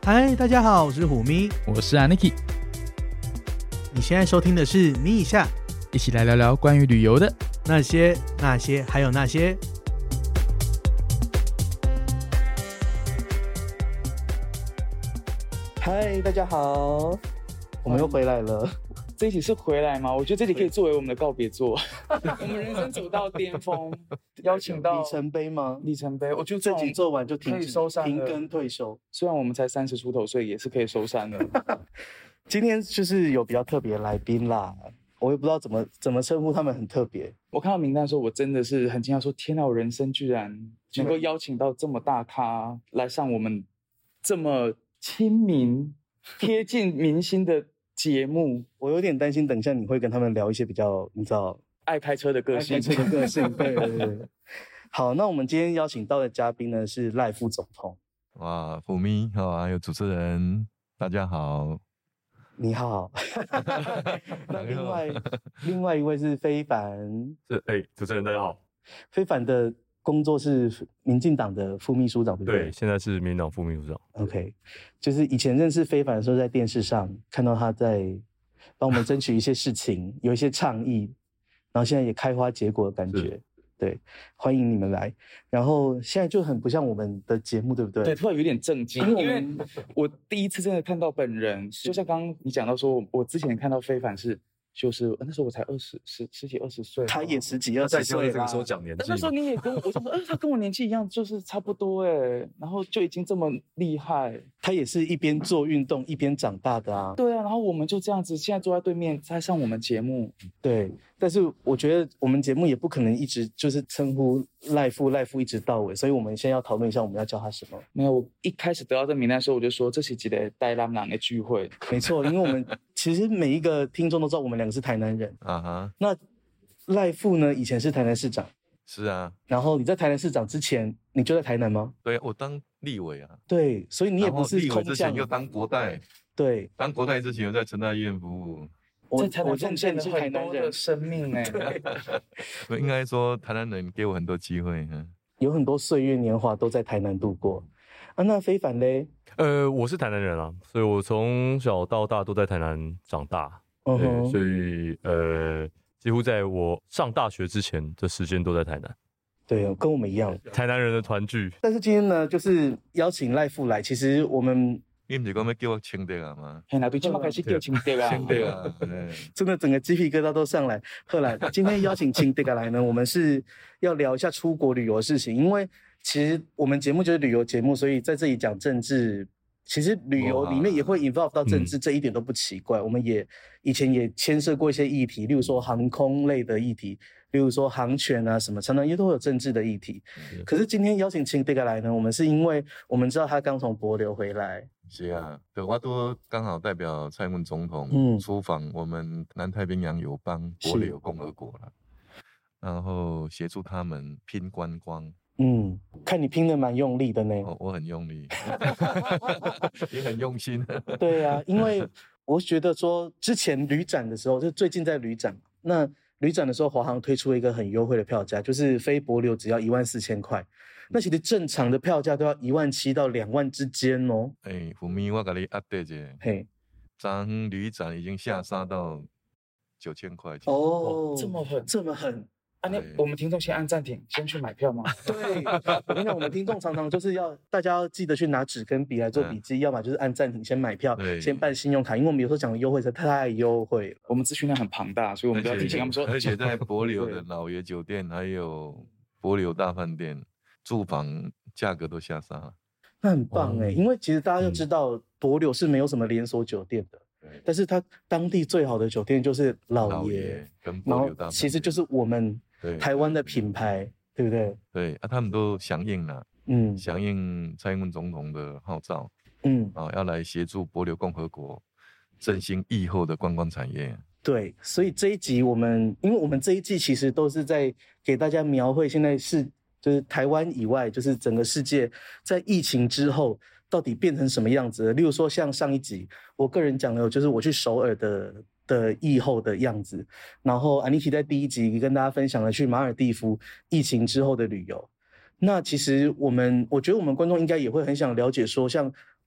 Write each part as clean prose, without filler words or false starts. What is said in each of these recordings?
嗨，大家好，我是虎咪， 我是 Aniki， 你现在收听的是咪一下， 一起来聊聊关于旅游的那些还有那些。嗨，大家好，我们又回来了。 这一集是回来吗？我觉得这集可以作为我们的告别作。我们人生走到巅峰，邀请到里程碑吗？ 里程碑，我觉得这集做完就可以收山了， 停更退休。 虽然我们才30出头岁，也是可以收山了。 今天就是有比较特别的来宾啦，我也不知道怎么称呼他们，很特别。 我看到名单的时候，我真的是很惊讶，说天哪，我人生居然能够邀请到这么大咖来上我们这么亲民、贴近民心的节目。 我有点担心，等一下你会跟他们聊一些比较，你知道， 爱开车的个性， 爱开车的个性，对对对。好，那我们今天邀请到的嘉宾呢是赖副总统。 哇，虎咪好，还有主持人，大家好。 你好。那另外一位是非凡。 主持人大家好。 非凡的工作是民进党的副秘书长，对不对？ 对，现在是民进党副秘书长。 OK， 就是以前认识非凡的时候，在电视上看到他在帮我们争取一些事情，有一些倡议，然后现在也开花结果的感觉。对，欢迎你们来。然后现在就很不像我们的节目，对不对？ 对，突然有点震惊，因为我第一次真的看到本人，就像刚刚你讲到说，我之前看到非凡是。就是那时候我才十几20岁， 他也10几20岁啦。 这个时候讲年纪， 那时候你也跟我说，他跟我年纪一样，就是差不多然后就已经这么厉害。 他也是一边做运动一边长大的啊。 对啊，然后我们就这样子，现在坐在对面在上我们节目。 对，但是我觉得我们节目也不可能一直就是称呼赖副一直到尾，所以我们先要讨论一下我们要叫他什么。 没有，我一开始得到这名单的时候，我就说这是一个台南人的聚会。 没错，因为我们其实每一个听众都知道我们两个是台南人啊哈。 那赖副呢，以前是台南市长。 是啊。 然后你在台南市长之前，你就在台南吗？ 对，我当立委啊。 对，所以你也不是空降。 立委之前又当国代。 对， 当国代之前又在成大医院服务。 在台南奉献了很多的生命我应该说台南人给我很多机会， 有很多岁月年华都在台南度过啊。那非凡嘞？ 我是台南人啊，所以我从小到大都在台南长大。所以几乎在我上大学之前的时间都在台南。 对，跟我们一样， 台南人的团聚。 但是今天呢，就是邀请赖副来，其实我们。 你不是说要叫我清德啊吗？ 嘿啦，对，现在开始叫清德啊， 清德啊， 真的整个鸡皮疙瘩都上来。后来今天邀请清德来呢，我们是要聊一下出国旅游的事情，因为其实我们节目就是旅游节目，所以在这里讲政治，其实旅游里面也会 involve 到政治，这一点都不奇怪。我们也以前也牵涉过一些议题，例如说航空类的议题，例如说航权啊什么，常常也都会有政治的议题。可是今天邀请清德来呢，我们是因为我们知道他刚从帛琉回来。 是啊，对，我都刚好代表蔡英文总统出访我们南太平洋友邦帛琉共和国了，然后协助他们拼观光。 看你拼得蛮用力的呢。 我很用力，也很用心。 对啊，因为我觉得说之前旅展的时候，就最近在旅展，那旅展的时候，华航推出了一个很优惠的票价，就是飞帛琉只要14000块。那其实正常的票价都要17000到2万之间哦。 虎咪，我给你 update 一下。 嘿， 咱旅展已经下杀到9000块。 哦， 这么狠。那我们听众先按暂停，先去买票吗？ 对，我跟你讲，我们听众常常就是大家要记得去拿纸跟笔来做笔记，要么就是按暂停先买票，先办信用卡，因为我们有时候讲的优惠太优惠了， 我们资讯量很庞大，所以我们不要提醒他们说。 而且在帛琉的老爷酒店还有帛琉大饭店住房价格都下杀， 那很棒因为其实大家就知道帛琉是没有什么连锁酒店的。但是它当地最好的酒店就是老爷跟帛琉大饭店， 其实就是我们台湾的品牌，对不对？ 对啊，他们都响应了，响应蔡英文总统的号召，要来协助帛琉共和国振兴疫后的观光产业。 对，所以这一集因为我们这一季其实都是在给大家描绘现在就是台湾以外，就是整个世界在疫情之后到底变成什么样子。例如说像上一集我个人讲的就是我去首尔的疫后的样子，然后 Aniki 在第一集跟大家分享了去马尔地夫疫情之后的旅游。那其实我觉得我们观众应该也会很想了解说，像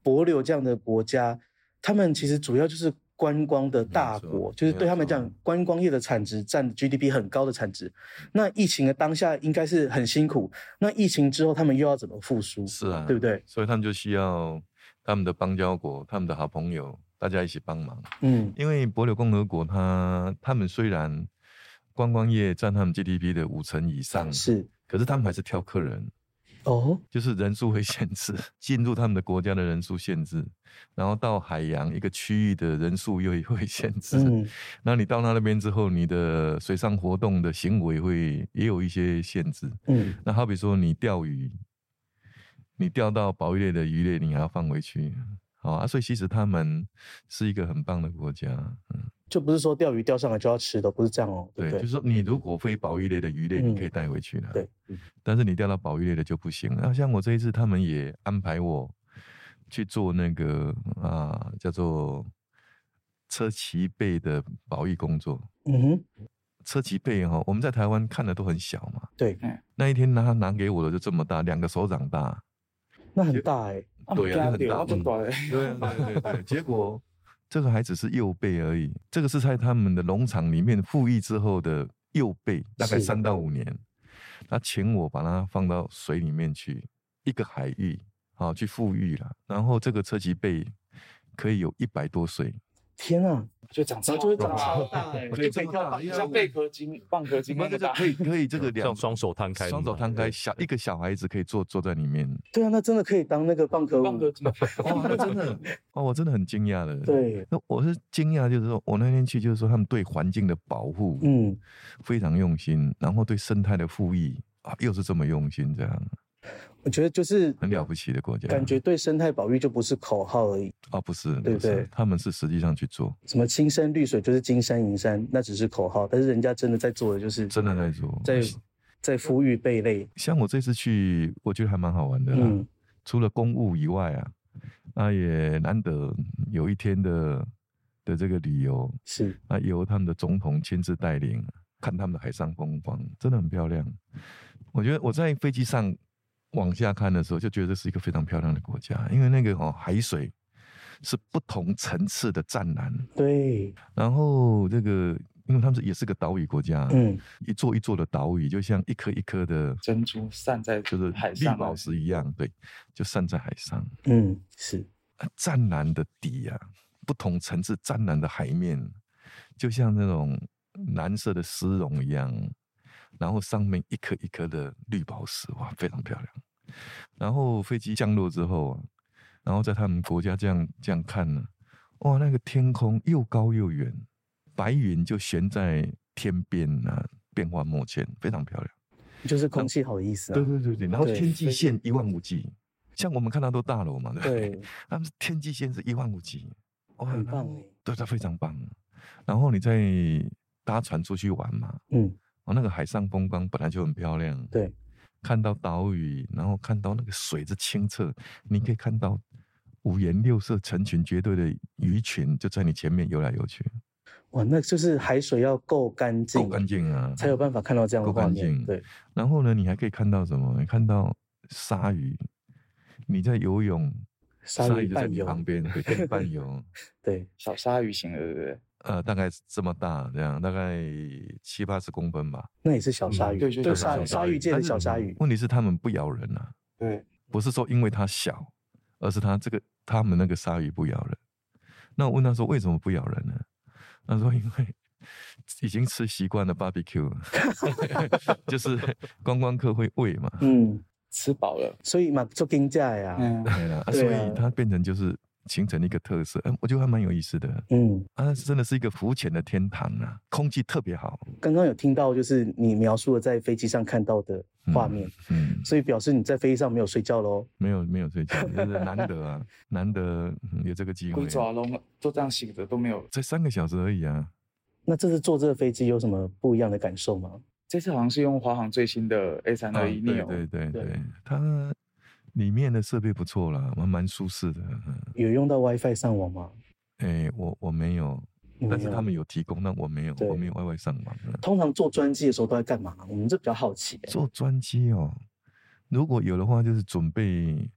帛琉这样的国家，他们其实主要就是观光的大国，就是对他们讲，观光业的产值占 GDP 很高的产值。那疫情的当下应该是很辛苦，那疫情之后他们又要怎么复苏？ 是啊， 对不对？ 所以他们就需要他们的邦交国、他们的好朋友，大家一起帮忙。因为帛琉共和国他们虽然观光业占他们 GDP 的50%以上， 是， 可是他们还是挑客人。就是人数会限制，进入他们的国家的人数限制，然后到海洋一个区域的人数又会限制。那你到那边之后，你的水上活动的行为也有一些限制。那好比说你钓鱼，你钓到保育类的鱼类，你还要放回去。所以其实他们是一个很棒的国家。 就不是说钓鱼钓上来就要吃的，不是这样哦。 对，就是说你如果非保育类的鱼类，你可以带回去了。 对， 但是你钓到保育类的就不行。那像我这一次，他们也安排我去做那个叫做车鳍贝的保育工作。车鳍贝我们在台湾看的都很小嘛。 对， 那一天拿给我的就这么大，2个手掌大。 那很大对啊，很大。对，结果这个还只是幼贝而已，这个是在他们的农场里面复育之后的幼贝，大概3到5年。他请我把它放到水里面去，一个海域去复育了。然后这个车鳍贝可以有100多岁。 天啊！ 就长超大就可以跳像贝壳精、蚌壳精那么大， 可以这个像双手摊开， 一个小孩子可以坐在里面。 对啊，那真的可以当那个蚌壳精。 那真的我真的很惊讶的。 对， 那我是惊讶，就是说我那天去，就是说他们对环境的保护，非常用心，然后对生态的复育又是这么用心，这样。 我觉得就是很了不起的国家， 感觉对生态保育就不是口号而已。 不是， 对不对？ 他们是实际上去做。 什么青山绿水就是金山银山，那只是口号，但是人家真的在做的就是真的在做， 在孵育贝类。 像我这次去，我觉得还蛮好玩的啦。除了公务以外那也难得有一天的这个旅游， 是由他们的总统亲自带领，看他们的海上风光，真的很漂亮。我觉得我在飞机上往下看的时候，就觉得这是一个非常漂亮的国家，因为那个海水是不同层次的湛蓝。 对， 然后这个，因为他们也是个岛屿国家，一座一座的岛屿，就像一颗一颗的珍珠散在就是海上， 绿宝石一样，对，就散在海上。 是湛蓝的底不同层次湛蓝的海面，就像那种蓝色的丝绒一样。然后上面一颗一颗的绿宝石，哇，非常漂亮。然后飞机降落之后然后在他们国家这样看呢，哇，那个天空又高又远，白云就悬在天边变化莫测，非常漂亮。 就是空气好意思对。然后天际线1望无际，像我们看到都大楼嘛，对，他们天际线是1望无际， 哇，很棒对，它非常棒。然后你再搭船出去玩嘛，那个海上风光本来就很漂亮， 对， 看到岛屿，然后看到那个水之清澈，你可以看到5颜6色、成群结队的鱼群就在你前面游来游去。 哇，那就是海水要够干净才有办法看到这样的画面。对， 然后呢，你还可以看到什么？你看到鲨鱼，你在游泳，鲨鱼就在你旁边，跟你伴游。 对， 小鲨鱼型的，对不对？ 大概这么大，这样大概70-80公分吧。 那也是小鲨鱼，对，鲨鱼界的小鲨鱼。 问题是它们不咬人对， 不是说因为它小，而是它们那个鲨鱼不咬人。那我问他说为什么不咬人呢？他说因为已经吃习惯了 barbecue， 就是观光客会喂嘛， 吃饱了， 所以嘛做金价呀， 所以它变成就是形成一个特色，我觉得还蛮有意思的。真的是一个浮潜的天堂空气特别好。 刚刚有听到就是你描述的在飞机上看到的画面，所以表示你在飞机上没有睡觉咯？ 没有睡觉，就是难得难得有这个机会。 龟爪龙都这样醒着都没有， 才3个小时而已那这次坐这个飞机有什么不一样的感受吗？ 这次好像是用华航最新的 A321 Neo， 对，它里面的设备不错啦，蛮舒适的。 有用到 WiFi 上网吗？ 我没有，但是他们有提供，但我没有 WiFi 上网。 通常坐专机的时候都在干嘛？我们这比较好奇。 坐专机如果有的话，就是准备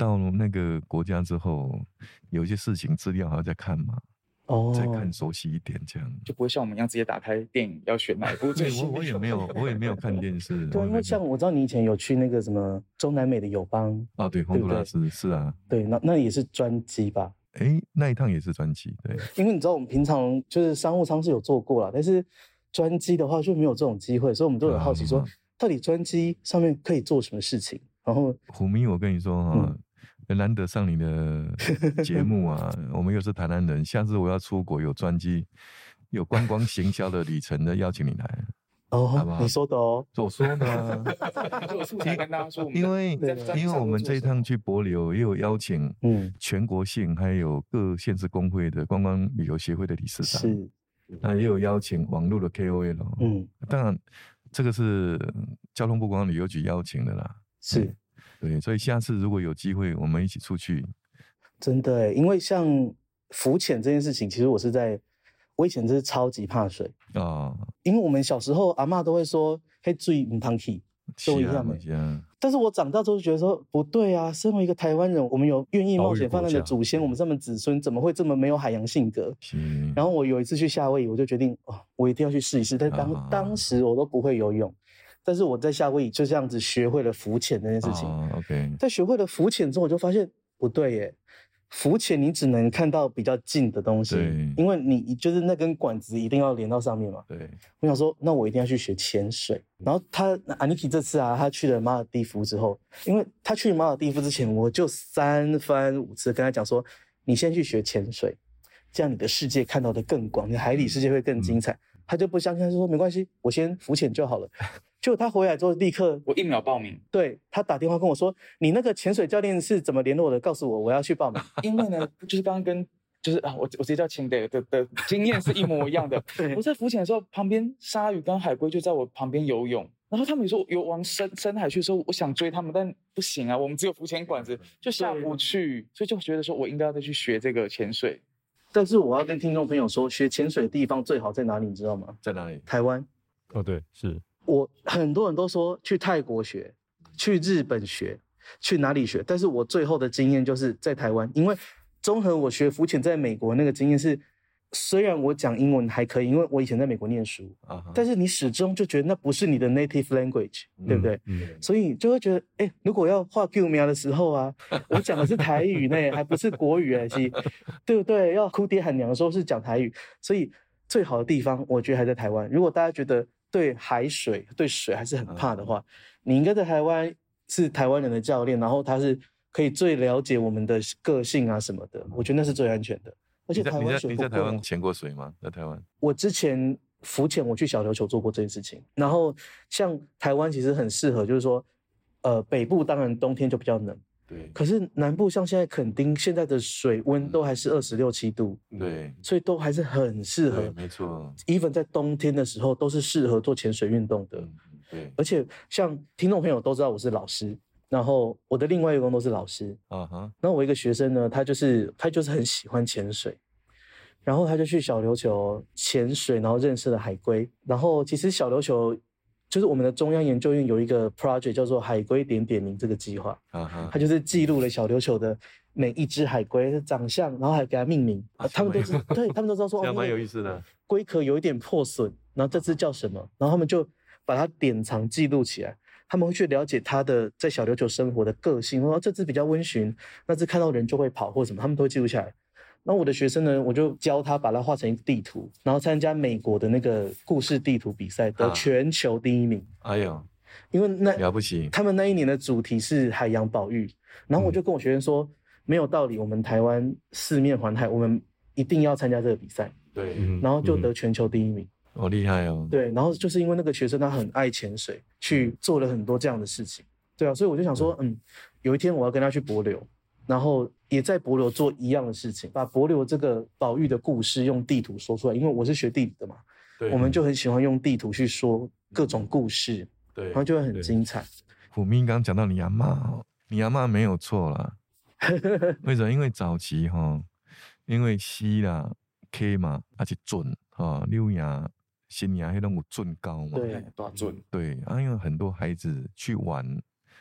到那个国家之后，有一些事情资料还要再看嘛。再看熟悉一点，这样就不会像我们一样直接打开电影要选哪一部最新。 我也没有看电视。 对，因为像我知道你以前有去那个什么中南美的友邦啊，对，洪都拉斯是啊， 对，那也是专机吧？ 那一趟也是专机，对。 因为你知道我们平常就是商务舱是有坐过啦，但是专机的话就没有这种机会，所以我们都很好奇说，到底专机上面可以做什么事情？然后虎咪，我跟你说哈。难得上你的节目啊，我们又是台南人，下次我要出国有专机，有观光行销的旅程的，邀请你来，好不好？ 你说的哦， 我说的， 我素材跟大家说， 因为我们这一趟去帛琉也有邀请，全国性还有各县市工会的观光旅游协会的理事长， 是， 那也有邀请网络的 KOL，当然这个是交通部观光旅游局邀请的啦， 是。 对，所以下次如果有机会，我们一起出去。 真的，因为像浮潜这件事情，其实我以前真是超级怕水啊，因为我们小时候阿嬷都会说，可以注意唔汤气，都一样的。但是我长大之后就觉得说，不对啊，身为一个台湾人，我们有愿意冒险犯难的祖先，我们这么子孙怎么会这么没有海洋性格？然后我有一次去夏威夷，我就决定，我一定要去试一试。但当时我都不会游泳。但是我在夏威夷就这样子学会了浮潜这件事情。 OK， 在学会了浮潜之后，我就发现不对耶，浮潜你只能看到比较近的东西，因为你就是那根管子一定要连到上面嘛。 对， 我想说，那我一定要去学潜水。然后Aniki 这次他去了马尔地夫之后，因为他去马尔地夫之前，我就3番5次跟他讲说，你先去学潜水，这样你的世界看到的更广，你的海底世界会更精彩。他就不相信，他就说没关系，我先浮潜就好了。就他回来之后，立刻我1秒报名。 对，他打电话跟我说：“你那个潜水教练是怎么联络的？告诉我，我要去报名。” 因为呢，就是刚刚跟我直接叫清的经验是一模一样的。我在浮潜的时候，旁边鲨鱼跟海龟就在我旁边游泳，然后他们说游往深海去的时候，我想追他们，但不行啊，我们只有浮潜管子，就下不去，所以就觉得说我应该要再去学这个潜水。 但是我要跟听众朋友说，学潜水的地方最好在哪里，你知道吗？ 在哪里？ 台湾。 对，是。 很多人都说去泰国学，去日本学，去哪里学？但是我最后的经验就是在台湾，因为综合我学浮潜在美国那个经验是，虽然我讲英文还可以，因为我以前在美国念书，但是你始终就觉得那不是你的 native language，对不对？所以就会觉得，如果要画 Q 苗的时候啊，我讲的是台语呢，还不是国语对不对？要哭爹喊娘的时候是讲台语，所以最好的地方，我觉得还在台湾。如果大家觉得对海水、对水还是很怕的话，你应该在台湾是台湾人的教练，然后他是可以最了解我们的个性啊什么的，我觉得那是最安全的。而且台湾水你在台湾潜过水吗？在台湾， 我之前浮潜我去小琉球做过这件事情。然后像台湾其实很适合，就是说，北部当然冬天就比较冷。 对， 可是南部像现在垦丁现在的水温都还是26、7度， 对， 所以都还是很适合， 没错。 even 在冬天的时候都是适合做潜水运动的。 对， 而且像听众朋友都知道我是老师，然后我的另外一个工都是老师。然后我一个学生呢，他就是很喜欢潜水，然后他就去小琉球潜水，然后认识了海龟。然后其实小琉球就是我们的中央研究院有一个 project 叫做海龟点点名这个计划，它就是记录了小琉球的每一只海龟的长相，然后还给它命名。他们都知道说， 这蛮有意思的。 龟壳有一点破损，然后这只叫什么？然后他们就把它典藏记录起来。他们会去了解它的在小琉球生活的个性，说这只比较温驯，那只看到人就会跑或什么，他们都会记录下来。那我的学生呢，我就教他把它画成一个地图，然后参加美国的那个故事地图比赛，得全球第1名。 哎呦， 因为那了不起， 他们那一年的主题是海洋保育，然后我就跟我学生说，没有道理，我们台湾4面环海，我们一定要参加这个比赛。 对， 然后就得全球第1名。 好厉害哦！ 对，然后就是因为那个学生他很爱潜水，去做了很多这样的事情。对啊，所以我就想说，有一天我要跟他去帛琉。然后也在帛琉做一样的事情，把帛琉这个保育的故事用地图说出来，因为我是学地理的嘛，我们就很喜欢用地图去说各种故事，对，然后就会很精彩。 虎咪刚讲到你阿嬷，你阿嬷没有错啦，为什么？因为早期因为溪啦、溪嘛，而且准柳芽、新芽那种有准高嘛， 对， 多准， 对啊，因为很多孩子去玩。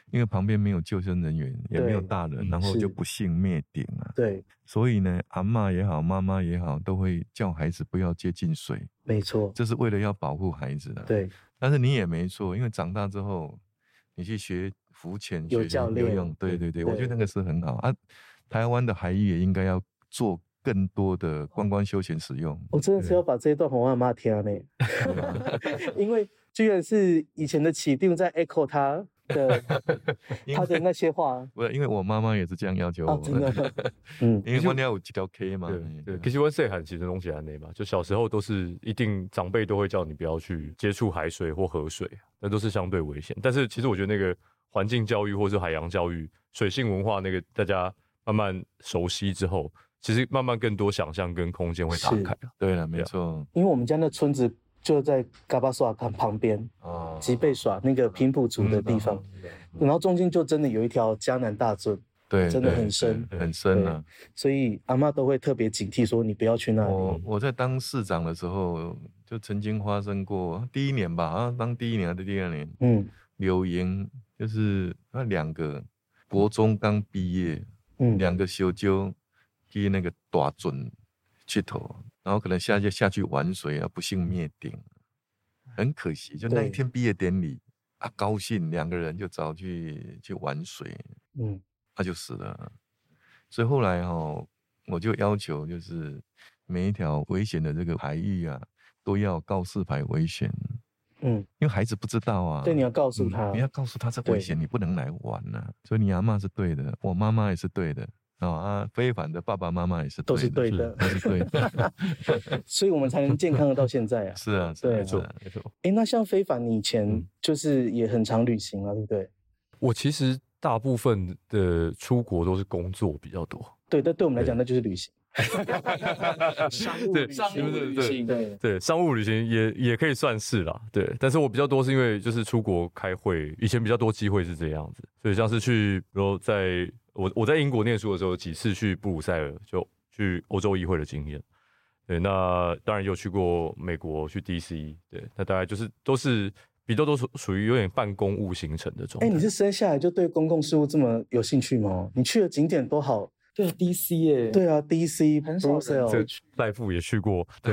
因为旁边没有救生人员，也没有大人，然后就不幸灭顶了。 对， 所以呢，阿嬷也好，妈妈也好，都会叫孩子不要接近水。 没错， 这是为了要保护孩子的。 对， 但是你也没错，因为长大之后，你去学浮潜、学游泳，对，我觉得那个是很好啊。台湾的海域也应该要做更多的观光休闲使用。 我真的是要把这一段给我阿嬷听呢，因为居然是以前的起定在 echo 他的那些话。 不是，因为我妈妈也是这样要求我。 真的， 因为我有几条 K 嘛。 对，其实我细汉其实东西还那嘛，就小时候都是一定长辈都会叫你不要去接触海水或河水，那都是相对危险。但是其实我觉得那个环境教育或是海洋教育、水性文化那个大家慢慢熟悉之后，其实慢慢更多想象跟空间会打开。 对了，没错。 因为我们家那村子就在嘎巴耍旁边，吉贝耍那个平埔族的地方，然后中间就真的有一条嘉南大圳， 对， 真的很深， 很深啊。 所以阿嬷都会特别警惕说你不要去那里。 我在当市长的时候，就曾经发生过第一年吧，当第一年还是第二年，柳营就是那2个国中刚毕业，2个小舅去那个大圳去头。然后可能下去玩水啊，不幸灭顶，很可惜。就那一天毕业典礼啊，高兴2个人就找去玩水，他就死了。所以后来我就要求就是每一条危险的这个海域啊，都要告示牌危险。因为孩子不知道啊， 对，你要告诉他， 你要告诉他这危险，你不能来玩啊。所以你阿嬷是对的，我妈妈也是对的。非凡的爸爸妈妈也是对的， 都是对的， 都是对的， 所以我们才能健康的到现在啊。 是啊， 对， 没错。 那像非凡，你以前就是也很常旅行啊，对不对？ 我其实大部分的出国都是工作比较多。 对，但对我们来讲，那就是旅行。 商务旅行， 对，商务旅行也可以算是啦，对。但是我比较多是因为就是出国开会，以前比较多机会是这样子，所以像是去，比如在我在英国念书的时候，几次去布鲁塞尔，就去欧洲议会的经验。对，那当然有去过美国，去 DC， 对，那大概就是都是比较都属于有点半公务行程的状态。 你是生下来就对公共事务这么有兴趣吗？你去的景点都好。 对啊 ，DC 耶， 对啊 ，DC 很少人， 赖富也去过，对。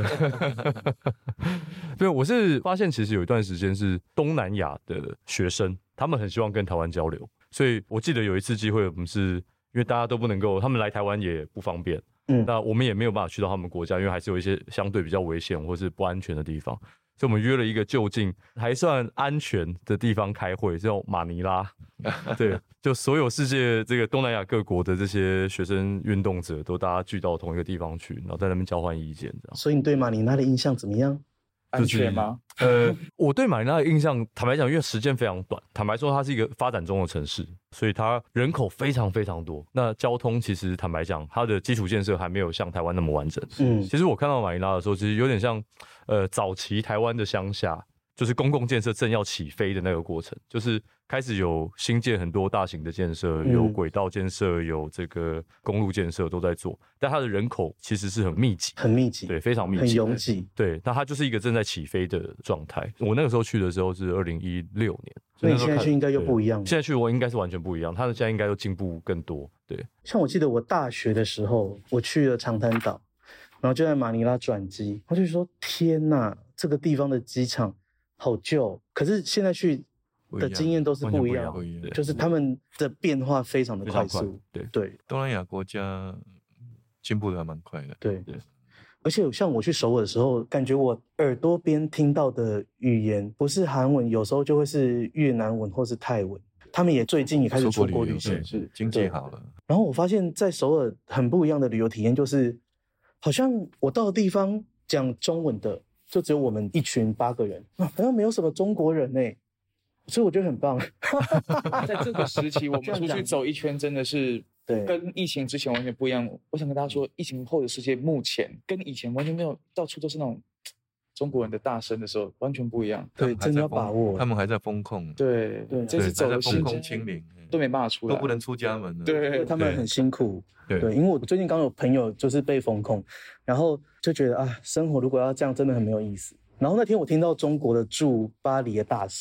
对，我是发现其实有一段时间是东南亚的学生，他们很希望跟台湾交流，所以我记得有一次机会，我们是因为大家都不能够，他们来台湾也不方便，那我们也没有办法去到他们国家，因为还是有一些相对比较危险或是不安全的地方。所以我们约了一个就近还算安全的地方开会，叫马尼拉。对，就所有世界这个东南亚各国的这些学生运动者都大家聚到同一个地方去，然后在那边交换意见这样。 所以你对马尼拉的印象怎么样？ 安全吗？ 我对马尼拉的印象，坦白讲，因为时间非常短，坦白说，它是一个发展中的城市，所以它人口非常非常多。那交通其实坦白讲，它的基础建设还没有像台湾那么完整。其实我看到马尼拉的时候，其实有点像早期台湾的乡下，就是公共建设正要起飞的那个过程，就是开始有新建很多大型的建设，有轨道建设，有这个公路建设都在做，但它的人口其实是很密集，对，非常密集， 很拥挤， 对，那它就是一个正在起飞的状态。我那个时候去的时候是2016年， 那你现在去应该又不一样了。 现在去我应该是完全不一样，它的现在应该又进步更多。对， 像我记得我大学的时候，我去了长滩岛，然后就在马尼拉转机，我就说天哪，这个地方的机场好旧，可是现在去的经验都是不一样，就是他们的变化非常的快速。对， 东南亚国家进步的还蛮快的。 对，而且像我去首尔的时候，感觉我耳朵边听到的语言不是韩文，有时候就会是越南文或是泰文。他们也最近也开始出国旅行， 是经济好了。 然后我发现，在首尔很不一样的旅游体验，就是好像我到的地方讲中文的，就只有我们一群8个人，好像没有什么中国人所以我觉得很棒。 在这个时期，我们出去走一圈，真的是跟疫情之前完全不一样。我想跟大家说，疫情后的世界目前跟以前完全没有，到处都是那种中国人的大声的时候，完全不一样。 对，真的要把握。 他们还在封控。 对，这次走的封控清零， 都没办法出来， 都不能出家门了。 对， 他们很辛苦。 对， 因为我最近刚有朋友就是被封控，然后就觉得生活如果要这样，真的很没有意思。然后那天我听到中国的驻巴黎的大使，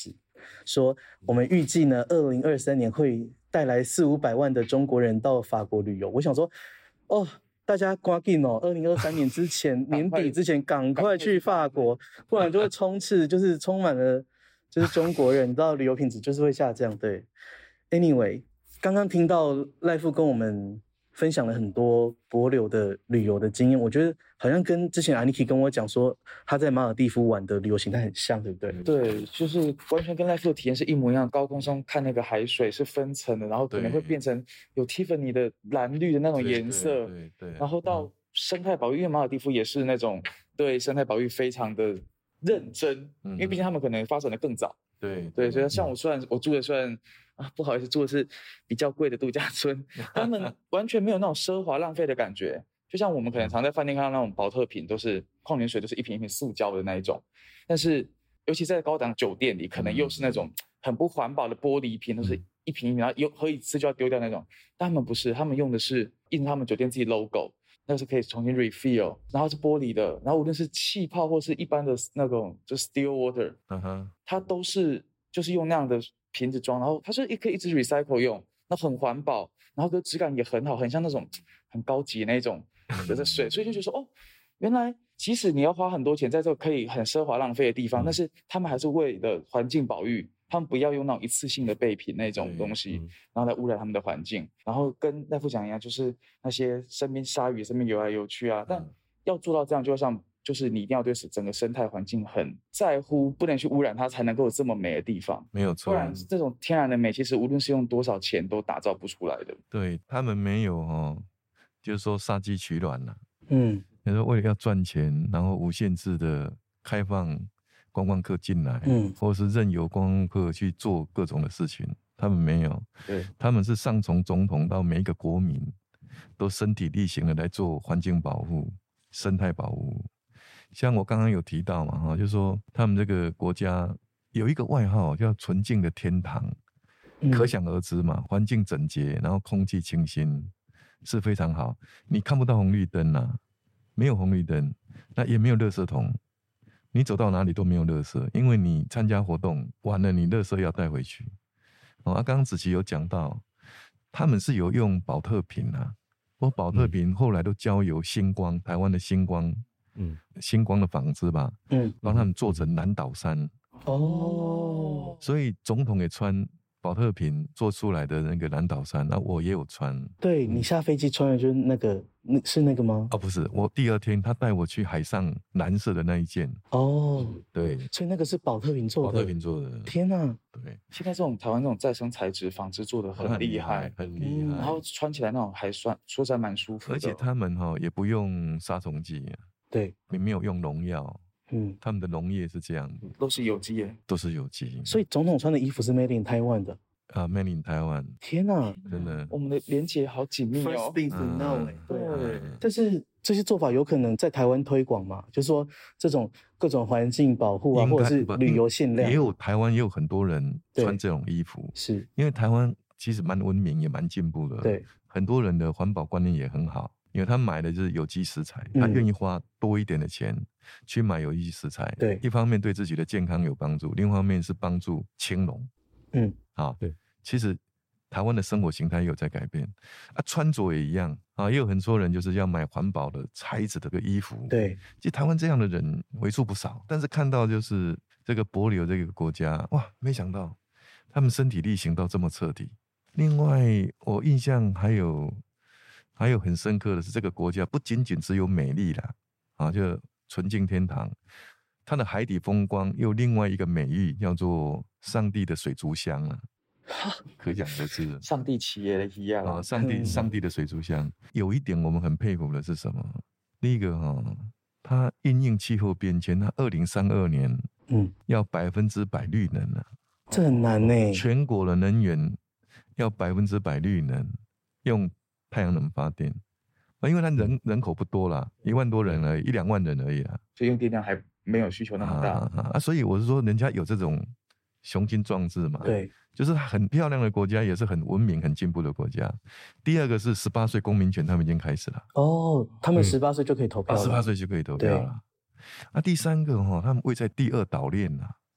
说我们预计呢2023年会带来400-500万的中国人到法国旅游。我想说大家赶紧2023年之前年底之前赶快去法国，不然就会充斥，就是充满了就是中国人，你知道旅游品质就是会下降。对 ，anyway， 刚刚听到赖副跟我们分享了很多帛琉的旅游的经验，我觉得好像跟之前 Aniki 跟我讲说他在马尔地夫玩的旅游形态很像，对不对？ 对，就是完全跟赖副的体验是一模一样。高空中看那个海水是分层的，然后可能会变成有 Tiffany 的蓝绿的那种颜色，对，然后到生态保育，因为马尔地夫也是那种对生态保育非常的认真，因为毕竟他们可能发展的更早。对，所以像我住的虽然不好意思，住的是比较贵的度假村，他们完全没有那种奢华浪费的感觉。就像我们可能常在饭店看到那种保特瓶，都是矿泉水，都是一瓶一瓶塑胶的那一种，但是尤其在高档酒店里，可能又是那种很不环保的玻璃瓶，都是一瓶一瓶，然后喝一次就要丢掉那种。但他们不是，他们用的是印他们酒店自己 logo。那是可以重新 refill， 然后是玻璃的，然后无论是气泡或是一般的那种就 still water， 它都是就是用那样的瓶子装，然后它是可以一直 recycle 用，那很环保，然后质感也很好，很像那种很高级的那种的水，所以就觉得说原来即使你要花很多钱在这个可以很奢华浪费的地方，但是他们还是为了环境保育。他们不要用那种一次性的备品那种东西，然后来污染他们的环境。然后跟赖副讲一样，就是那些身边鲨鱼身边游来游去啊，但要做到这样，就是你一定要对整个生态环境很在乎，不能去污染它，才能够有这么美的地方。 没有错， 不然这种天然的美，其实无论是用多少钱都打造不出来的。 对，他们没有就是说杀鸡取卵了。你说为了要赚钱，然后无限制的开放观光客进来，或者是任由观光客去做各种的事情，他们没有。 对， 他们是上从总统到每一个国民，都身体力行的来做环境保护、生态保护。像我刚刚有提到嘛，就是说他们这个国家有一个外号叫纯净的天堂，可想而知嘛，环境整洁，然后空气清新，是非常好。你看不到红绿灯啊，没有红绿灯，那也没有垃圾桶。你走到哪里都没有垃圾，因为你参加活动完了，你垃圾要带回去。刚刚子琪有讲到，他们是有用保特瓶啊，保特瓶后来都交由星光，台湾的星光，星光的纺织吧，帮他们做成蓝岛衫。所以总统也穿保特瓶做出来的那个蓝岛衫，我也有穿。 对，你下飞机穿的就是是那个吗？ 不是，我第二天他带我去海上蓝色的那一件。对， 所以那个是保特瓶做的。 保特瓶做的。 天哪！ 对，现在台湾这种再生材质纺织做的很厉害， 很厉害。 然后穿起来那种还说起来蛮舒服的。 而且他们也不用杀虫剂， 对， 也没有用农药。他们的农业是这样， 都是有机耶， 都是有机。 所以总统穿的衣服是 Made in Taiwan 的。 Made in Taiwan。 天哪， 真的， 我们的连结好紧密哦。 First thing to know， 对。 但是这些做法有可能在台湾推广嘛？就是说这种各种环境保护啊，或者是旅游限量，台湾也有很多人穿这种衣服， 是因为台湾其实蛮文明，也蛮进步的。 对， 很多人的环保观念也很好，因为他买的就是有机食材，他愿意花多一点的钱去买有机食材。 对， 一方面对自己的健康有帮助，另一方面是帮助青农。对，其实台湾的生活形态也有在改变穿着也一样也有很多人就是要买环保的材质的衣服。 对， 其实台湾这样的人为数不少，但是看到就是这个帛琉这个国家，哇，没想到他们身体力行到这么彻底。另外，我印象还有很深刻的是，这个国家不仅仅只有美丽啦就纯净天堂，它的海底风光又另外一个美誉叫做上帝的水族箱可想而知， 上帝企业的一样上帝的水族箱。有一点我们很佩服的是什么？第一个它因应气候变迁，它2032年要100%绿能这很难呢。 全国的能源要100%绿能，用太阳能发电因为它人口不多啦，1万多人而已，1-2万人而已啦， 所以用电量还没有需求那么大所以我是说，人家有这种雄心壮志嘛。 对， 就是很漂亮的国家，也是很文明、很进步的国家。第二个是18岁公民权，他们已经开始了。 他们18岁就可以投票了。 18岁就可以投票了。第三个他们位在第2岛链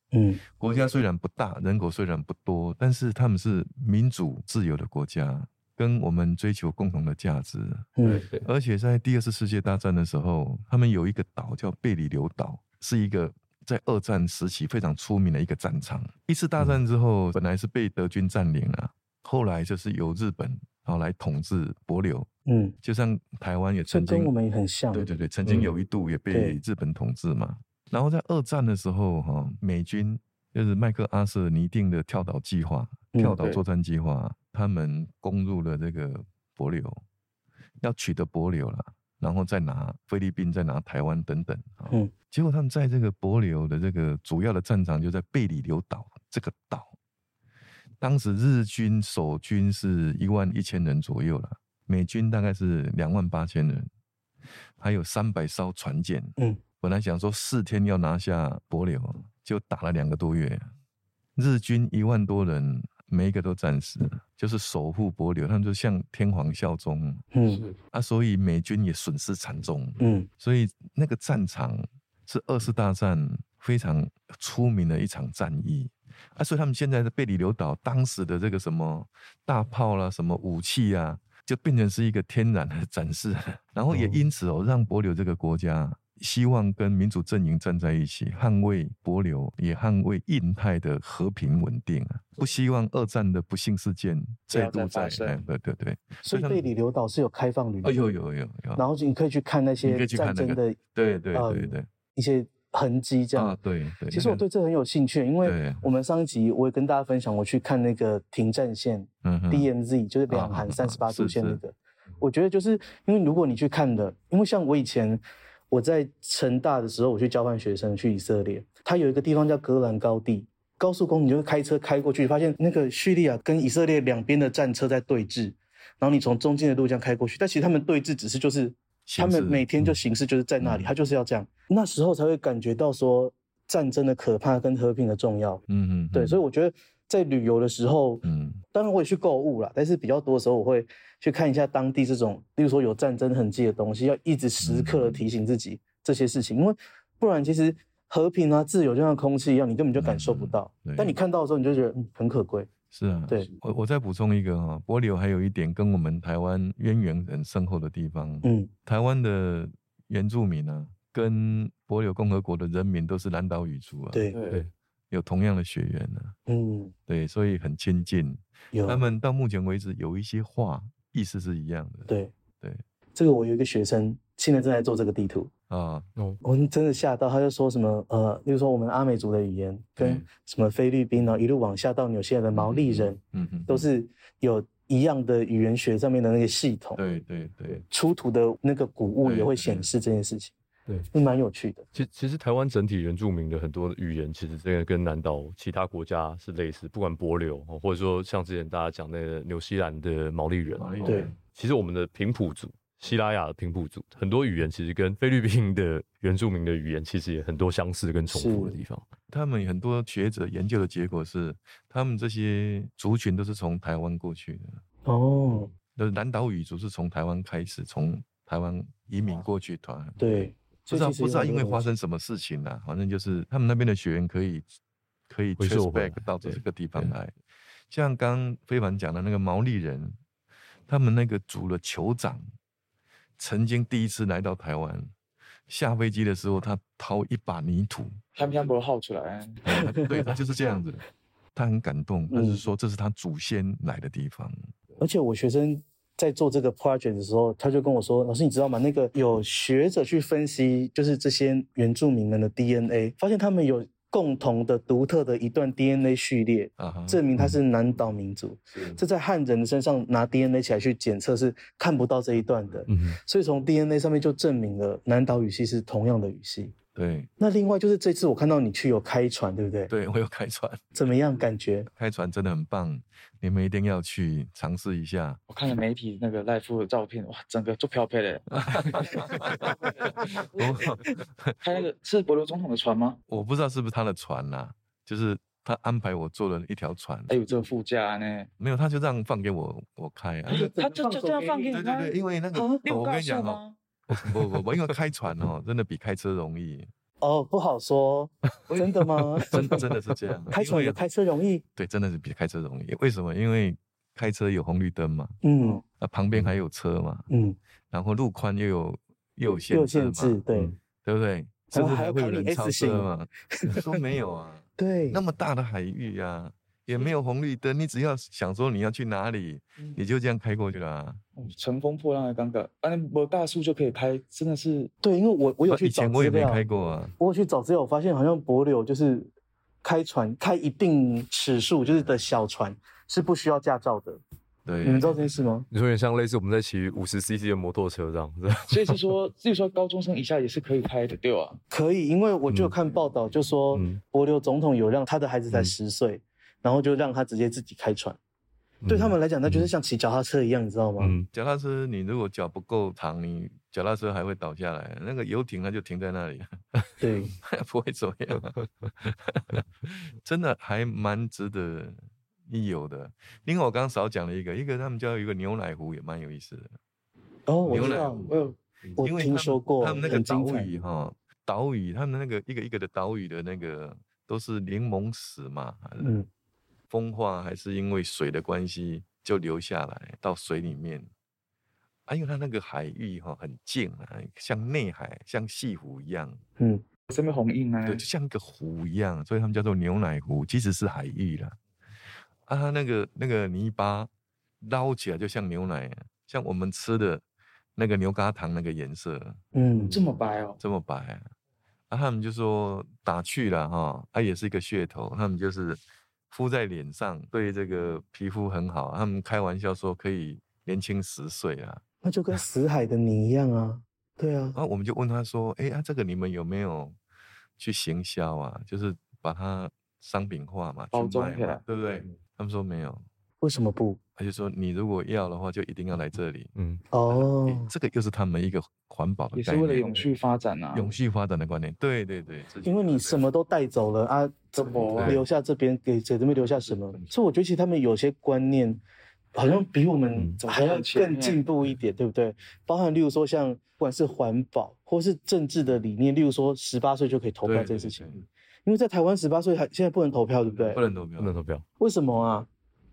国家虽然不大，人口虽然不多，但是他们是民主自由的国家，跟我们追求共同的价值。而且在第2次世界大战的时候，他们有一个岛叫贝里琉岛，是一个在2战时期非常出名的一个战场。1次大战之后，本来是被德军占领了，后来就是由日本来统治帛琉。就像台湾也曾经跟我们也很像。 对对对，曾经有一度也被日本统治嘛。然后在2战的时候，美军就是麦克阿瑟拟定的跳岛计划、跳岛作战计划，他们攻入了这个帛琉，要取得帛琉了，然后再拿菲律宾，再拿台湾等等。结果他们在这个帛琉的这个主要的战场就在贝里琉岛这个岛，当时日军守军是11000人左右了，美军大概是28000人，还有300艘船舰。本来想说4天要拿下帛琉，就打了2个多月。日军1万多人，每一个都战死，就是守护帛琉，他们就向天皇效忠。所以美军也损失惨重。所以那个战场是2次大战非常出名的一场战役。所以他们现在的贝里琉岛当时的这个什么大炮啦、什么武器啊，就变成是一个天然的展示。然后也因此让帛琉这个国家希望跟民主阵营站在一起，捍卫帛琉，也捍卫印太的和平稳定不希望2战的不幸事件再度再生。对。 所以贝里琉岛是有开放旅游， 有。 然后你可以去看那些战争的， 对一些痕迹这样。 对。 其实我对这很有兴趣，因为我们上一集我也跟大家分享，我去看那个停战线DMZ， 就是两韩38度线那个。我觉得就是因为如果你去看的，因为像我以前我在成大的时候，我去交换学生去以色列，它有一个地方叫戈兰高地，高速公路你就开车开过去，发现那个叙利亚跟以色列两边的战车在对峙，然后你从中间的路这样开过去，但其实他们对峙只是就是他们每天就形式就是在那里，他就是要这样，那时候才会感觉到说战争的可怕跟和平的重要。对，所以我觉得在旅游的时候，当然我也去购物啦，但是比较多的时候我会去看一下当地这种，例如说有战争痕迹的东西，要一直时刻的提醒自己这些事情，因为不然其实和平啊、自由就像空气一样，你根本就感受不到。但你看到的时候，你就觉得很可贵。 是啊，对，我再补充一个帛琉还有一点跟我们台湾渊源很深厚的地方。台湾的原住民啊，跟帛琉共和国的人民都是南岛语族啊。对。有同样的血缘对，所以很亲近。他们到目前为止有一些话意思是一样的。对， 这个我有一个学生现在正在做这个地图我真的吓到，他就说什么例如说我们阿美族的语言跟什么菲律宾一路往下到纽西兰的毛利人，都是有一样的语言学上面的那个系统。对，出土的那个古物也会显示这件事情。对，蛮有趣的。 其实台湾整体原住民的很多语言，其实这个跟南岛其他国家是类似，不管帛琉或者说像之前大家讲那个纽西兰的毛利人。 对， 其实我们的平埔族、西拉雅的平埔族，很多语言其实跟菲律宾的原住民的语言其实也很多相似跟重复的地方。 他们很多学者研究的结果是，他们这些族群都是从台湾过去的。就是南岛语族是从台湾开始，从台湾移民过去团。 对。 不知道因为发生什么事情啦，反正就是他们那边的血缘可以 trace back 到这个地方来。像刚飞帆讲的那个毛利人，他们那个族的酋长曾经第一次来到台湾，下飞机的时候他掏一把泥土， 香香不耗出来。 对，他就是这样子，他很感动，他是说这是他祖先来的地方。 而且我学生在做这个 project 的时候，他就跟我说：“老师，你知道吗？那个有学者去分析，就是这些原住民们的 DNA， 发现他们有共同的、独特的一段 DNA 序列，证明他是南岛民族。这在汉人身上拿 DNA 起来去检测是看不到这一段的，所以从 DNA 上面就证明了南岛语系是同样的语系。” 对， 那另外就是这次我看到你去有开船，对不对？ 对，我有开船， 怎么样感觉？ 开船真的很棒，你们一定要去尝试一下。 我看了媒体那个赖夫的照片，哇，整个就飘飘的。他那个是帛琉总统的船吗？ 我不知道是不是他的船啦，就是他安排我坐了一条船。 还有这个副驾呢？ 没有，他就这样放给我开啊。 他就这样放给你开？ 对，因为那个我跟你讲吗？ 我因为开船真的比开车容易。 哦，不好说，真的吗？ 真的是这样。 开船有开车容易？ 对，真的是比开车容易。为什么？因为开车有红绿灯嘛，旁边还有车嘛，然后路宽又有限制嘛， 对， 对不对？甚至还会有人超车嘛？说没有啊？ 对， 那么大的海域啊，也没有红绿灯，你只要想说你要去哪里，你就这样开过去了啊。 乘风破浪的感觉，没大树就可以开，真的是。 对，因为我有去找资料，以前我也没开过啊。 我有去找资料，我发现好像帛琉就是开船开一定尺数就是的小船是不需要驾照的。 对， 你们知道这件事吗？ 你说有点像类似我们在骑50cc 的摩托车这样子。 所以是说，至于说高中生以下也是可以开的，对吧？ 可以，因为我就有看报道，就说帛琉总统有让他的孩子才10岁，然后就让他直接自己开船。对他们来讲，那就是像骑脚踏车一样，你知道吗？ 脚踏车你如果脚不够长，你脚踏车还会倒下来。那个游艇它就停在那里， 对， 不会走样。真的还蛮值得一游的。另外我刚刚少讲了一个他们叫一个牛奶湖，也蛮有意思的。 哦，我知道，我听说过， 他们那个岛屿，他们那个一个一个的岛屿的那个都是柠檬石嘛，风化还是因为水的关系就流下来到水里面因为它那个海域很静像内海像西湖一样， 这边红印对，就像一个湖一样，所以他们叫做牛奶湖，其实是海域啦。它那个泥巴捞起来就像牛奶，像我们吃的那个牛轧糖那个颜色， 这么白哦， 这么白他们就说打去了也是一个噱头，他们就是敷在脸上，对这个皮肤很好。他们开玩笑说可以年轻10岁啊， 那就跟死海的泥一样啊。对啊， 我们就问他说，这个你们有没有去行销啊？就是把它商品化嘛， 包装起来， 对不对？他们说没有。 为什么不？ 他就说你如果要的话，就一定要来这里。这个又是他们一个环保的概念， 也是为了永续发展啊， 永续发展的观念。对， 因为你什么都带走了啊，怎么留下这边给这边留下什么？所以我觉得其实他们有些观念好像比我们还要更进步一点，对不对？包含例如说像不管是环保或是政治的理念，例如说18岁就可以投票这件事情，因为在台湾18岁现在不能投票，对不对？ 不能投票。 为什么啊？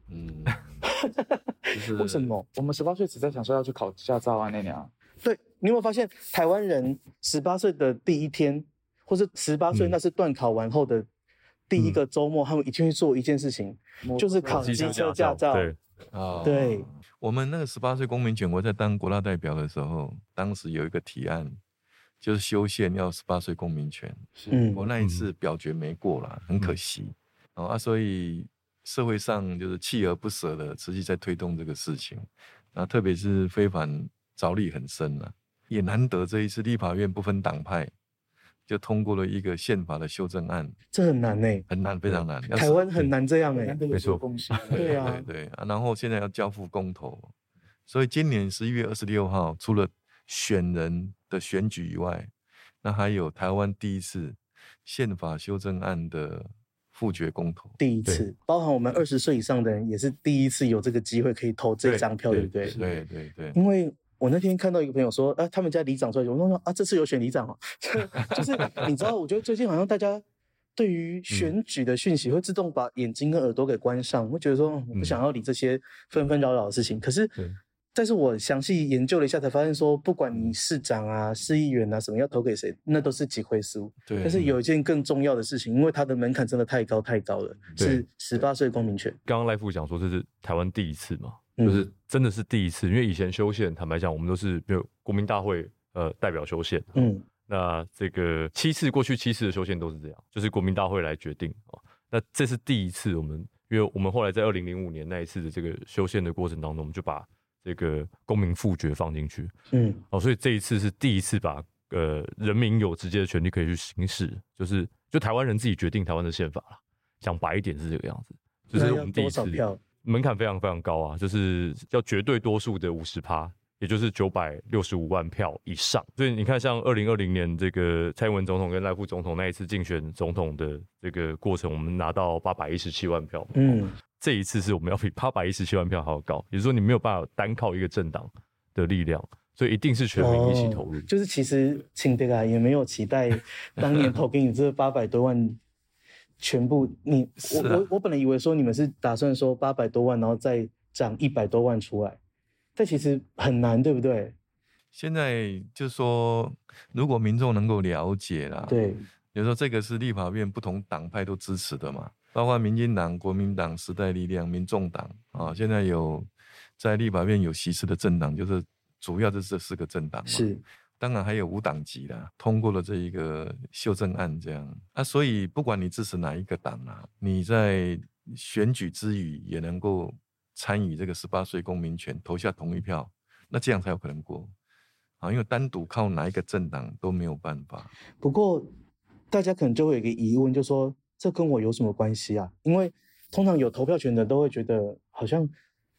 为什么我们18岁只在想说要去考驾照啊那年啊？ 对，你有没有发现台湾人18岁的第一天，或是18岁那是段考完后的第一个周末，他们一定会做一件事情，就是考机车驾照。对， 我们那个18岁公民权，我在当国大代表的时候，当时有一个提案，就是修宪要18岁公民权。我那一次表决没过啦，很可惜。所以社会上就是锲而不舍的持续在推动这个事情，特别是非凡着力很深也难得这一次立法院不分党派就通过了一个宪法的修正案， 这很难很难，非常难。 台湾很难这样没错， 对啊， 对然后现在要交付公投，所以今年11月26号，除了选人的选举以外，那还有台湾第一次宪法修正案的复决公投， 第一次，包含我们20岁以上的人也是第一次有这个机会可以投这张票，对不对？ 对。 因为我那天看到一个朋友说，他们家里长出来，我说这次有选里长就是你知道，我觉得最近好像大家对于选举的讯息会自动把眼睛跟耳朵给关上，会觉得说我不想要理这些纷纷扰扰的事情。可是，但是我详细研究了一下，才发现说，不管你市长啊、市议员啊什么要投给谁，那都是几回数。 对。 但是有一件更重要的事情，因为它的门槛真的太高了，是18岁公民权。 刚刚赖副讲说这是台湾第一次嘛，就是真的是第一次，因为以前修宪，坦白讲，我们都是有国民大会代表修宪。那这个过去7次的修宪都是这样，就是国民大会来决定那这是第一次，因为我们后来在2005年那一次的这个修宪的过程当中，我们就把这个公民复决放进去，所以这一次是第一次把人民有直接的权利可以去行使，就台湾人自己决定台湾的宪法啦。讲白一点是这个样子，就是我们第一次门槛非常非常高啊，就是要绝对多数的50%，也就是965万票以上。所以你看，像2020年这个蔡英文总统跟赖副总统那一次竞选总统的这个过程，我们拿到817万票。这一次是我们要比817万票还要高，也就是说你没有办法单靠一个政党的力量所以一定是全民一起投入。 就是其实清德啊也没有期待当年投给你这800多万全部我本来以为说你们是打算说800多万，然后再涨100多万出来，但其实很难，对不对？ 现在就说，如果民众能够了解啦， 对， 比如说这个是立法院不同党派都支持的嘛，包括民进党、国民党、时代力量、民众党啊，现在有在立法院有席次的政党，就是主要就是这4个政党嘛。 是。 当然还有无党籍啦，通过了这一个修正案这样啊，所以不管你支持哪一个党啊，你在选举之余也能够参与这个18岁公民权，投下同意票，那这样才有可能过啊，因为单独靠哪一个政党都没有办法。 不过大家可能就会有一个疑问，就说这跟我有什么关系啊？因为通常有投票权的都会觉得好像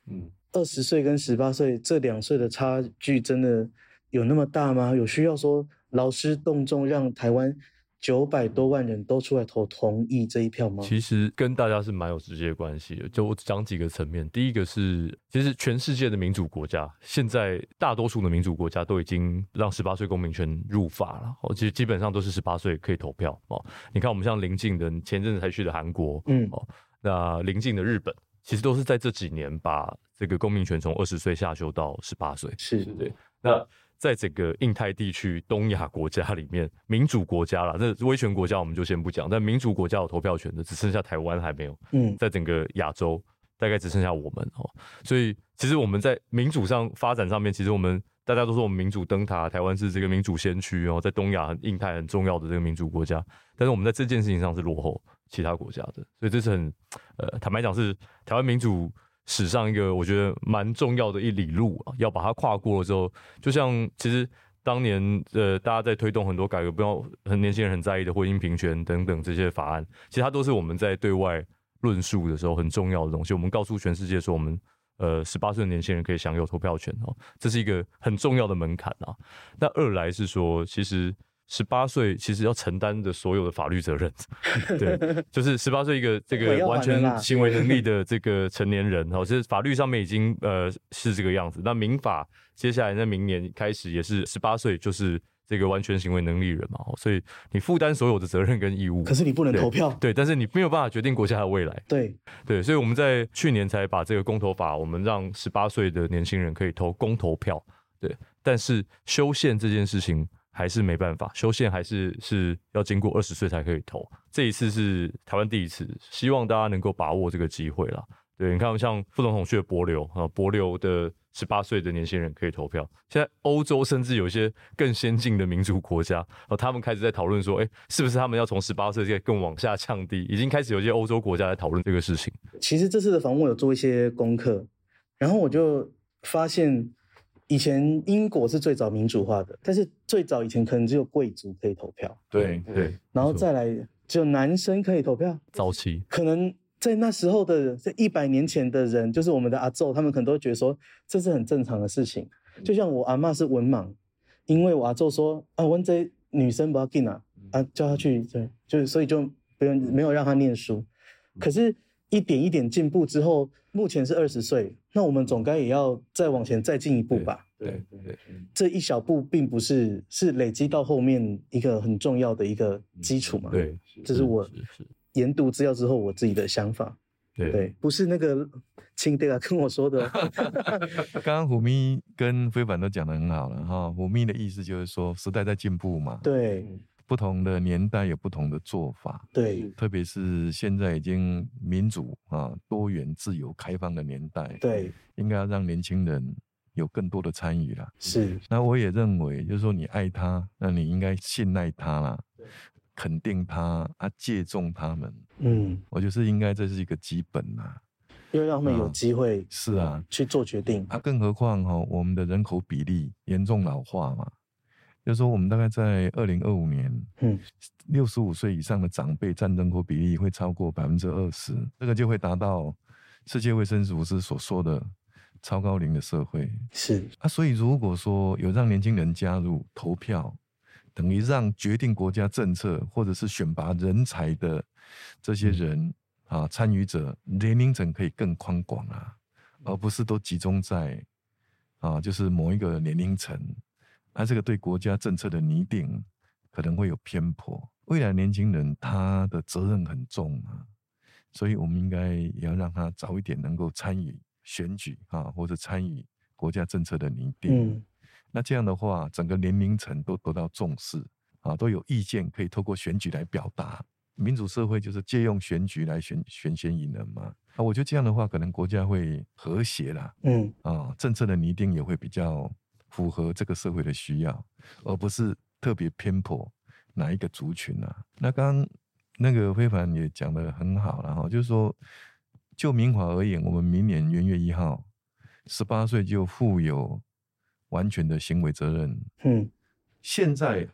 20岁跟18岁这2岁的差距真的有那么大吗？有需要说劳师动众让台湾900多万人都出来投同意这一票吗？ 其实跟大家是蛮有直接关系的。就我讲几个层面，第一个是，其实全世界的民主国家，现在大多数的民主国家都已经让18岁公民权入法了。其实基本上都是18岁可以投票哦。你看我们像邻近的前阵子才去的韩国，那邻近的日本，其实都是在这几年把这个公民权从20岁下修到18岁。 是对。那在整个印太地区、东亚国家里面，民主国家啦，那威权国家我们就先不讲，但民主国家有投票权的，只剩下台湾还没有。在整个亚洲，大概只剩下我们哦。所以其实我们在民主上发展上面，其实我们大家都说我们民主灯塔，台湾是这个民主先驱哦，在东亚、印太很重要的这个民主国家，但是我们在这件事情上是落后其他国家的，所以这是很坦白讲是台湾民主史上一个我觉得蛮重要的一里路啊，要把它跨过了之后，就像其实当年大家在推动很多改革，不要很年轻人很在意的婚姻平权等等这些法案，其实它都是我们在对外论述的时候很重要的东西。我们告诉全世界说，我们18岁的年轻人可以享有投票权哦，这是一个很重要的门槛啊。那二来是说，其实18岁其实要承担的所有的法律责任，对，就是18岁一个这个完全行为能力的这个成年人哦，就是法律上面已经是这个样子。那民法接下来在明年开始也是18岁就是这个完全行为能力人嘛，所以你负担所有的责任跟义务， 可是你不能投票， 对，但是你没有办法决定国家的未来，对，所以我们在去年才把这个公投法，我们让18岁的年轻人可以投公投票，对，但是修宪这件事情还是没办法，修宪还是要经过20岁才可以投。这一次是台湾第一次，希望大家能够把握这个机会啦。对，你看像副总统去的帛琉啊，帛琉的18岁的年轻人可以投票。现在欧洲甚至有一些更先进的民主国家，他们开始在讨论说，是不是他们要从18岁更往下降低？已经开始有一些欧洲国家在讨论这个事情。 其实这次的访问有做一些功课，然后我就发现，以前英国是最早民主化的，但是最早以前可能只有贵族可以投票， 对， 然后再来只有男生可以投票。 早期可能在那时候的在100年前的人，就是我们的阿祖，他们可能都觉得说这是很正常的事情。就像我阿嬷是文盲，因为我阿祖说啊，我这女生不要进啊，叫她去，对，就所以就没有让她念书。可是一点一点进步之后，目前是20岁，那我们总该也要再往前再进一步吧？ 对， 这一小步并不是累积到后面一个很重要的一一个基础嘛？ 对， 这是我研读资料之后我自己的想法。对，不是那个清德跟我说的。 刚刚虎咪跟非凡都讲得很好了哈，虎咪的意思就是说时代在进步嘛。 对。 不同的年代有不同的做法， 对， 特别是现在已经民主多元、自由、开放的年代， 对， 应该要让年轻人有更多的参与啦。 是， 那我也认为，就是说你爱他，那你应该信赖他啦，肯定他借重他们。我觉得应该这是一个基本啦， 因为让他们有机会是啊去做决定更何况我们的人口比例严重老化嘛。就是说，我们大概在2025年，65岁以上的长辈占人口比例会超过20%，这个就会达到世界卫生组织所说的超高龄的社会。 是所以如果说有让年轻人加入投票，等于让决定国家政策或者是选拔人才的这些人参与者年龄层可以更宽广而不是都集中在就是某一个年龄层，这个对国家政策的拟定可能会有偏颇。未来年轻人他的责任很重所以我们应该也要让他早一点能够参与选举或者参与国家政策的拟定。那这样的话，整个年龄层都得到重视都有意见可以透过选举来表达。民主社会就是借用选举来选贤引人嘛。我觉得这样的话，可能国家会和谐啦。政策的拟定也会比较符合这个社会的需要，而不是特别偏颇哪一个族群那刚刚那个非凡也讲得很好了就是说，就民法而言，我们明年元月1号，18岁就负有完全的行为责任。现在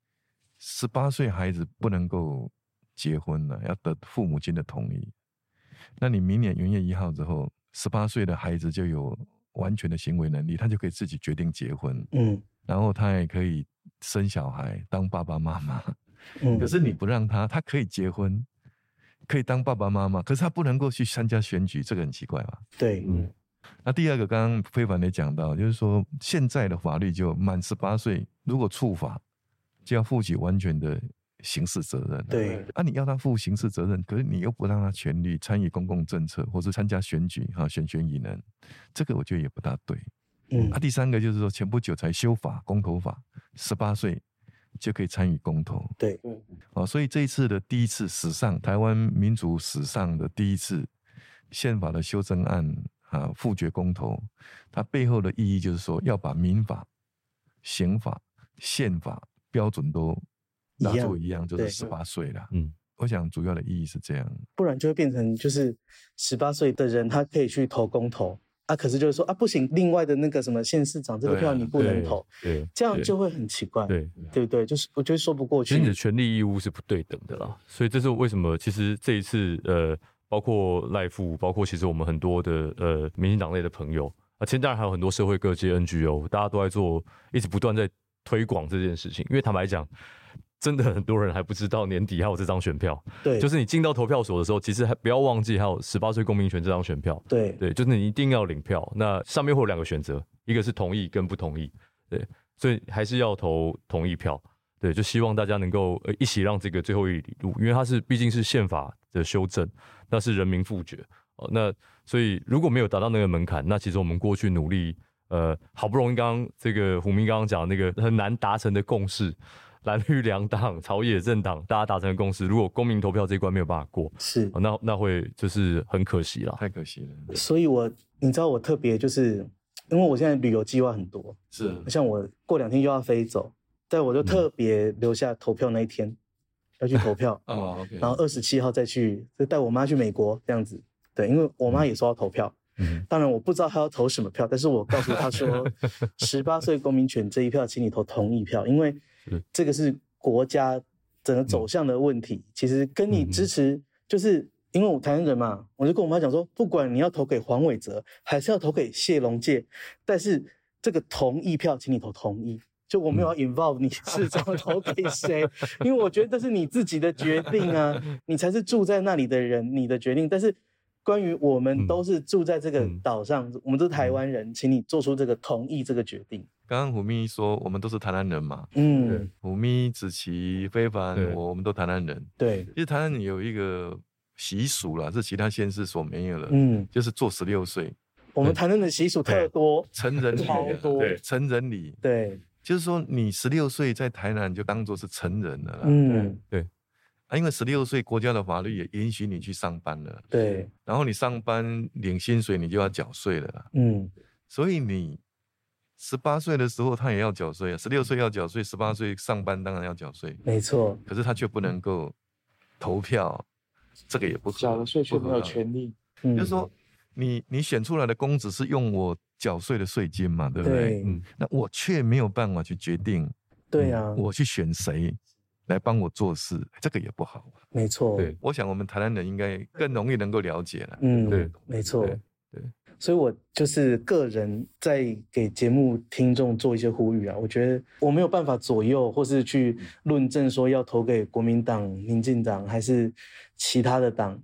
18岁孩子不能够结婚了，要得父母亲的同意。那你明年元月1号之后，18岁的孩子就有完全的行为能力，他就可以自己决定结婚。然后他也可以生小孩，当爸爸妈妈。可是你不让他可以结婚，可以当爸爸妈妈，可是他不能够去参加选举，这个很奇怪吧？ 对。 那第二个，刚刚非凡也讲到，就是说现在的法律就满18岁，如果触法，就要负起完全的刑事责任。 对。 你要他负刑事责任，可是你又不让他权利参与公共政策，或是参加选举选选引人，这个我觉得也不大对。第三个就是说，前不久才修法公投法，18岁就可以参与公投。 对。 所以这一次的第一次史上，台湾民主史上的第一次宪法的修正案复决公投，它背后的意义就是说，要把民法、刑法、宪法标准都拿作一样，就是18岁了。我想主要的意义是这样， 不然就会变成就是18岁的人他可以去投公投可是就是说不行，另外的那个什么县市长这个票你不能投，这样就会很奇怪，对不对？就是我觉得说不过去， 其实你的权利义务是不对等的啦，所以这是为什么其实这一次包括赖副，包括其实我们很多的民进党内的朋友其实当然还有很多社会各界 NGO， 大家都在做，一直不断在推广这件事情，因为坦白讲，真的很多人还不知道年底还有这张选票。 对， 就是你进到投票所的时候，其实还不要忘记还有18岁公民权这张选票。 对， 就是你一定要领票。那上面会有2个选择，一个是同意跟不同意。对，所以还是要投同意票。对，就希望大家能够一起让这个最后一里路，因为它是毕竟是宪法的修正，那是人民复决。那所以如果没有达到那个门槛，那其实我们过去努力，好不容易刚刚这个虎明刚刚讲的那个很难达成的共识。蓝绿两党、朝野政党，大家达成的共识，如果公民投票这一关没有办法过， 是那会就是很可惜啦， 太可惜了。 所以你知道我特别就是因为我现在旅游计划很多， 是像我过2天又要飞走，但我就特别留下投票那一天要去投票 ，okay. 然后27号再去，就带我妈去美国这样子。对，因为我妈也说要投票。当然我不知道她要投什么票，但是我告诉她说18岁公民权这一票请你投同意票，因为这个是国家整个走向的问题，其实跟你支持，就是因为我台湾人嘛，我就跟我妈讲说，不管你要投给黄伟哲还是要投给谢龙介，但是这个同意票请你投同意，就我没有要 involve 你是怎么投给谁，因为我觉得这是你自己的决定你才是住在那里的人，你的决定。但是关于我们都是住在这个岛上，我们都是台湾人，请你做出这个同意这个决定。 刚刚虎咪说我们都是台南人嘛，虎咪、子琪、非凡，我们都台南人。 对， 其实台南人有一个习俗啦，是其他县市所没有的，就是做16岁。 我们台南的习俗特多， 成人礼超多， 成人礼， 对， 就是说你16岁在台南就当作是成人了啦， 对。 因为16岁国家的法律也允许你去上班了， 对， 然后你上班领薪水你就要缴税了，所以你18岁的时候他也要缴税16岁要缴税，18岁上班当然要缴税， 没错， 可是他却不能够投票，这个也不缴了税却没有权利， 就是说你选出来的公职是用我缴税的税金嘛，对不对？那我却没有办法去决定， 对啊， 我去选谁来帮我做事，这个也不好。 没错， 对，我想我们台南人应该更容易能够了解了。 对，没错， 对， 所以我就是个人在给节目听众做一些呼吁我觉得我没有办法左右或是去论证说要投给国民党、民进党还是其他的党，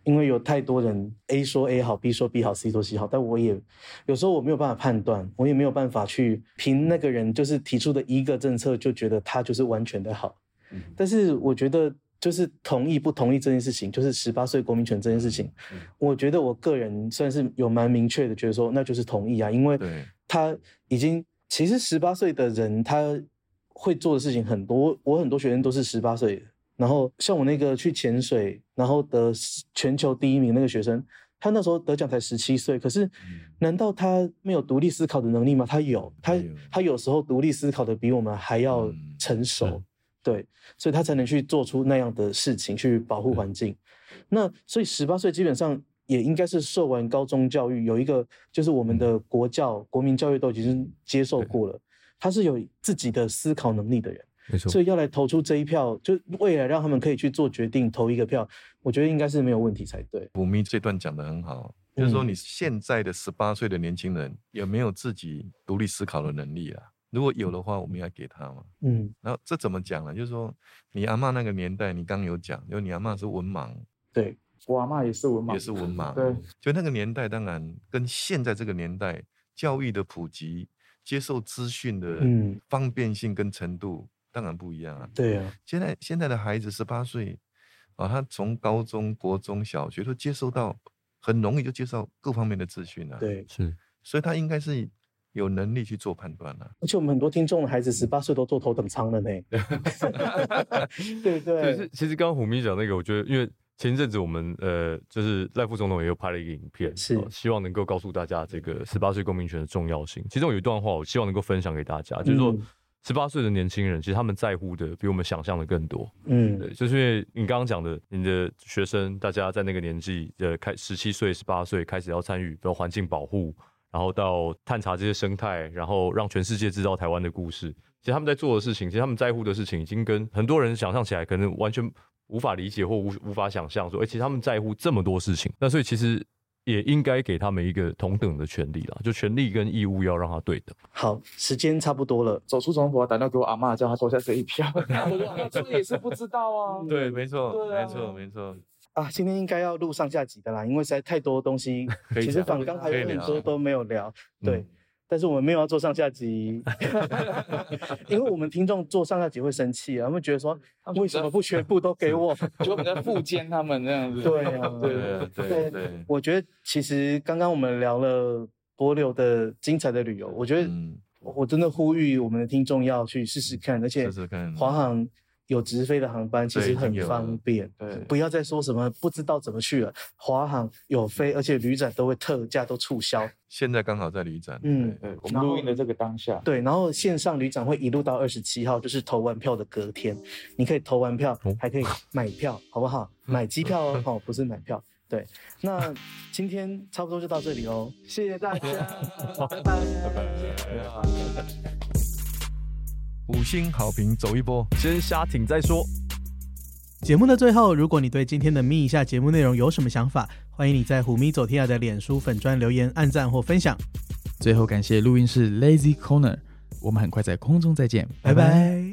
因为有太多人 A 说 A 好 ，B 说 B 好 ，C 说 C 好，但我也有时候我没有办法判断，我也没有办法去凭那个人就是提出的一个政策就觉得他就是完全的好。但是我觉得就是同意不同意这件事情，就是18岁国民权这件事情，我觉得我个人算是有蛮明确的觉得说那就是同意啊，因为他已经其实18岁的人他会做的事情很多，我很多学生都是18岁的。然后像我那个去潜水，然后得全球第1名那个学生，他那时候得奖才17岁，可是难道他没有独立思考的能力吗？他有，他有时候独立思考的比我们还要成熟，对，所以他才能去做出那样的事情去保护环境。那所以18岁基本上也应该是受完高中教育，有一个就是我们的国教、国民教育都已经接受过了，他是有自己的思考能力的人。 没错， 所以要来投出这一票，就未来让他们可以去做决定，投一个票，我觉得应该是没有问题才对。 虎咪这段讲得很好，就是说你现在的18岁的年轻人有没有自己独立思考的能力啊？如果有的话，我们要给他嘛。然后这怎么讲呢？就是说你阿嬷那个年代，你刚有讲，就你阿嬷是文盲， 对， 我阿嬷也是文盲， 也是文盲， 对， 就那个年代，当然跟现在这个年代教育的普及、接受资讯的方便性跟程度。当然不一样啊！ 对啊， 现在的孩子18岁啊，他从高中、国中小学都接收到，很容易就接受各方面的资讯啊。 对， 是， 所以他应该是有能力去做判断啊。 而且我们很多听众的孩子18岁都坐头等舱了呢。对对。 对，其实刚刚虎咪讲那个，我觉得因为前一阵子我们就是赖副总统也有拍了一个影片， 是希望能够告诉大家这个18岁公民权的重要性。其中有一段话，我希望能够分享给大家，就是说。18岁的年轻人，其实他们在乎的比我们想象的更多。对，就是因为你刚刚讲的，你的学生，大家在那个年纪，17岁、18岁开始要参与，比如环境保护，然后到探查这些生态，然后让全世界知道台湾的故事。其实他们在做的事情，其实他们在乎的事情，已经跟很多人想象起来，可能完全无法理解或无法想象说，其实他们在乎这么多事情。那所以其实。也应该给他们一个同等的权利啦，就权利跟义务要让他对等。 好，时间差不多了， 走出总统府，我打电话给我阿嬷，叫她投下这一票。我说这也是不知道啊。 对，没错，没错。 啊，今天应该要录上下集的啦，因为实在太多东西，其实访纲还有很多都没有聊。对。但是我们没有要做上下集，因为我们听众做上下集会生气啊，他们觉得说为什么不全部都给我， 就我们在附肩他们这样子。 对啊，对。我觉得其实刚刚我们聊了帛琉的精彩的旅游，我觉得我真的呼吁我们的听众要去试试看，而且华航有直飞的航班，其实很方便。对，不要再说什么不知道怎么去了，华航有飞，而且旅展都会特价，都促销。 现在刚好在旅展。 对，我们录音的这个当下。 对，然后线上旅展会一路到27号，就是投完票的隔天，你可以投完票，还可以买票，好不好？买机票哦，不是买票。对，那今天差不多就到这里喽，谢谢大家，拜拜。 5星好评走一波， 先瞎挺再说。 节目的最后，如果你对今天的咪一下节目内容有什么想法，欢迎你在虎咪走天涯的脸书粉专留言、按赞或分享。最后感谢录音室 Lazy Corner， 我们很快在空中再见，拜拜。